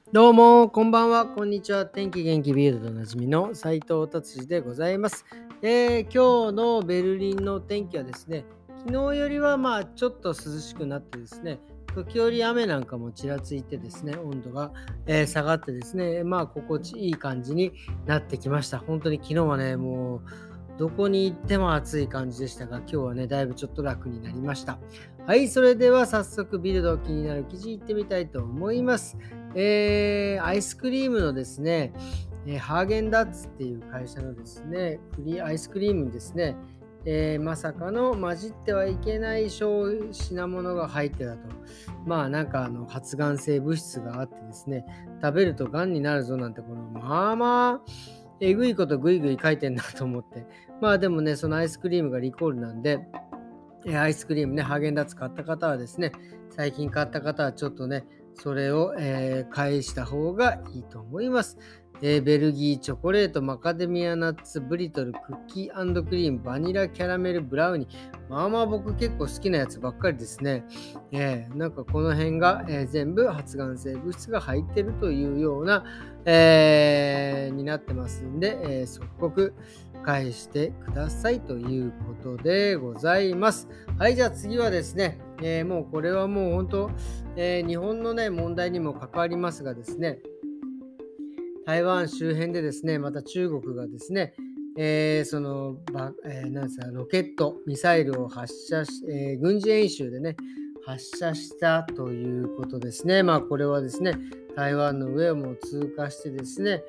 どうも、こんばんは、こんにちは。天気元気ビールドおなじみの斉藤達治でございます。今日のベルリンの天気はですね、昨日よりはちょっと涼しくなってですね、時折雨なんかもちらついてですね、温度が、下がってですね、心地いい感じになってきました。本当に昨日はね、もうどこに行っても暑い感じでしたが、今日はね、だいぶちょっと楽になりました。はい、それでは早速ビルド気になる記事いってみたいと思います。アイスクリームのですね、ハーゲンダッツっていう会社のですね、アイスクリームにですね、まさかの混じってはいけない品物が入ってたと。発がん性物質があってですね、食べるとがんになるぞなんて、このえぐいことぐいぐい書いてんなと思って。でもね、そのアイスクリームがリコールなんで、アイスクリームね、ハーゲンダッツ買った方はですね、最近買った方はちょっとね、それを、返した方がいいと思います。ベルギーチョコレート、マカデミアナッツ、ブリトル、クッキー&クリーム、バニラキャラメル、ブラウニー。僕結構好きなやつばっかりですね。なんかこの辺が、全部発がん性物質が入ってるというような、になってますんで、即刻返してくださいということでございます。はい、じゃあ次はですね、もうこれはもう本当、日本のね、問題にも関わりますがですね、台湾周辺でですね、また中国がですね、そのなんですか、ロケット、ミサイルを発射し、軍事演習でね、発射したということですね。これはですね、台湾の上をも通過してですね、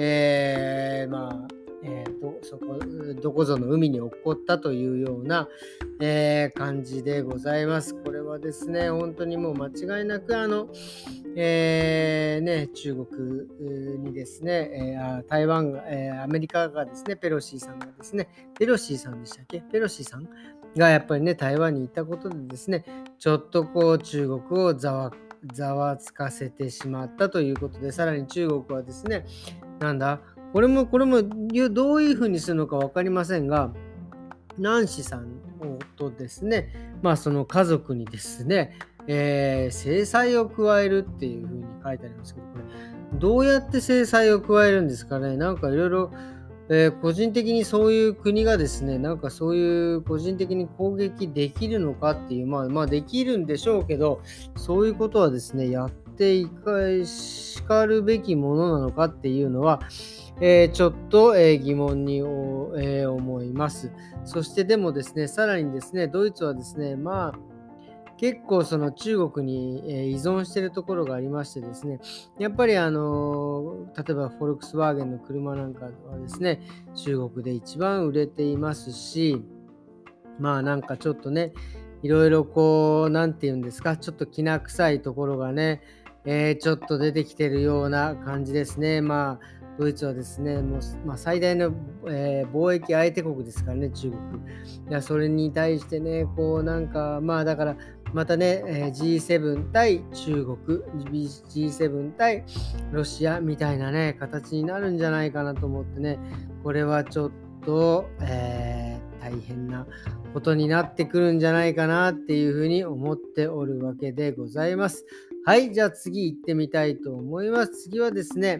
どこぞの海に落っこったというような、感じでございます。これはですね、本当にもう間違いなく中国にですね、台湾が、アメリカがですね、ペロシーさんがですね、ペロシーさんでしたっけペロシーさんがやっぱりね、台湾に行ったことでですね、ちょっとこう中国をざわつかせてしまったということで、さらに中国はですね、これもどういうふうにするのか分かりませんが、ナンシさんとですね、その家族にですね、制裁を加えるっていうふうに書いてありますけど、これ、どうやって制裁を加えるんですかね。なんかいろいろ、個人的にそういう国がですね、なんかそういう個人的に攻撃できるのかっていう、できるんでしょうけど、そういうことはですね、やってしかるべきものなのかっていうのは、ちょっと、疑問に思います。そしてでもですね、さらにですね、ドイツはですね、結構その中国に、依存しているところがありましてですね、やっぱり例えばフォルクスワーゲンの車なんかはですね、中国で一番売れていますし、なんかちょっとね、いろいろこう、なんて言うんですか、ちょっときな臭いところがね、ちょっと出てきてるような感じですね。ドイツはですね、もう、最大の、貿易相手国ですからね、中国。それに対してね、こうなんか、だから、またね、G7 対中国、G7 対ロシアみたいなね、形になるんじゃないかなと思ってね、これはちょっと、大変なことになってくるんじゃないかなっていうふうに思っておるわけでございます。はい、じゃあ次行ってみたいと思います。次はですね、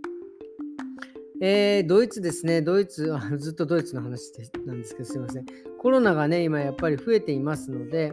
ドイツですね。ドイツ、ずっとドイツの話なんですけど、すいません。コロナがね、今やっぱり増えていますので、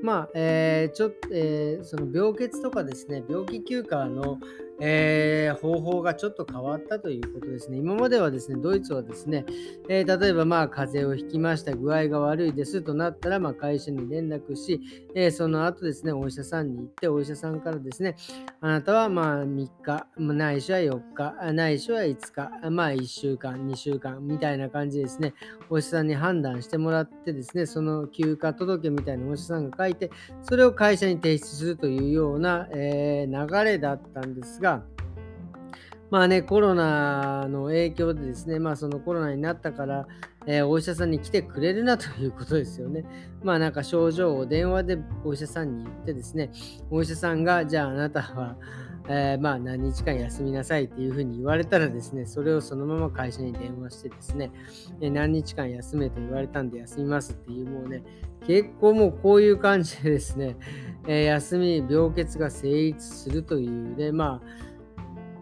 その病欠とかですね、病気休暇の、方法がちょっと変わったということですね。今まではですね、ドイツはですね、例えば風邪をひきました、具合が悪いですとなったら、会社に連絡し、その後ですね、お医者さんに行って、お医者さんからですね、あなたは3日、ないしは4日、ないしは5日、1週間、2週間みたいな感じですね、お医者さんに判断してもらってですね、その休暇届みたいなお医者さんが書いて、それを会社に提出するというような、流れだったんですが、コロナの影響でですね、そのコロナになったから、お医者さんに来てくれるなということですよね。なんか症状を電話でお医者さんに言ってですね、お医者さんが、じゃああなたは、何日間休みなさいっていうふうに言われたらですね、それをそのまま会社に電話してですね、何日間休めと言われたんで休みますっていう、もうね、結構もうこういう感じでですね、病欠が成立するというね、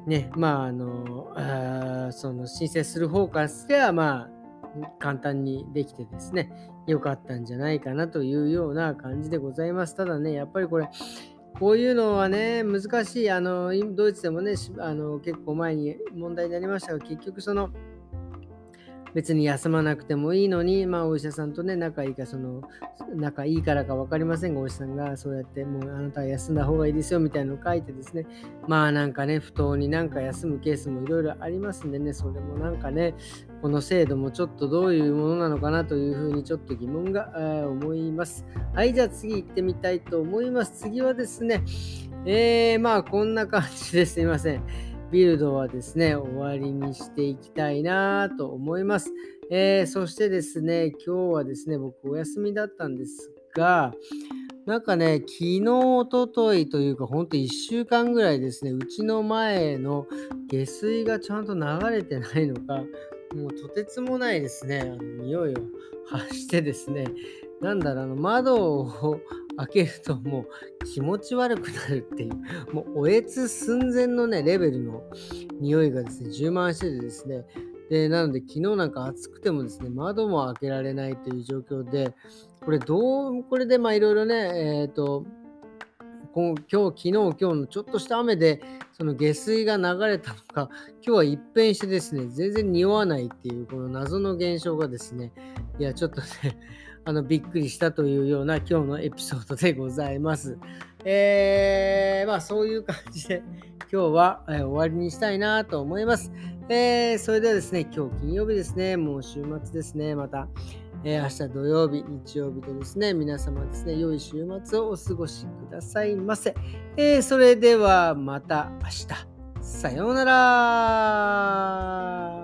ね、その申請する方からすれば、簡単にできてですね、良かったんじゃないかなというような感じでございます。ただね、やっぱりこういうのはね、難しい。ドイツでもね、結構前に問題になりましたが、結局別に休まなくてもいいのに、お医者さんとね、仲いいからか分かりませんが、お医者さんがそうやって、もうあなたは休んだ方がいいですよみたいなのを書いてですね、なんかね、不当になんか休むケースもいろいろありますんでね、それもなんかね、この制度もちょっとどういうものなのかなというふうにちょっと疑問が思います。はい、じゃあ次行ってみたいと思います。次はですね、こんな感じですいません。ビルドはですね、終わりにしていきたいなと思います。そしてですね、今日はですね、僕お休みだったんですが、なんかね、昨日、一昨日というか、ほんと1週間ぐらいですね、うちの前の下水がちゃんと流れてないのか、もうとてつもないですね、匂いを発してですね、窓を開けるともう気持ち悪くなるっていう、もうおえつ寸前のね、レベルの匂いがですね、充満しててですね、で、なので昨日なんか暑くてもですね、窓も開けられないという状況で、これでいろいろね、昨日のちょっとした雨で、その下水が流れたのか、今日は一変してですね、全然匂わないっていう、この謎の現象がですね、いや、ちょっとね、びっくりしたというような今日のエピソードでございます。そういう感じで、今日は、終わりにしたいなと思います。それではですね、今日金曜日ですね、もう週末ですね、また。明日土曜日、日曜日とですね、皆様ですね、良い週末をお過ごしくださいませ。それではまた明日。さようなら。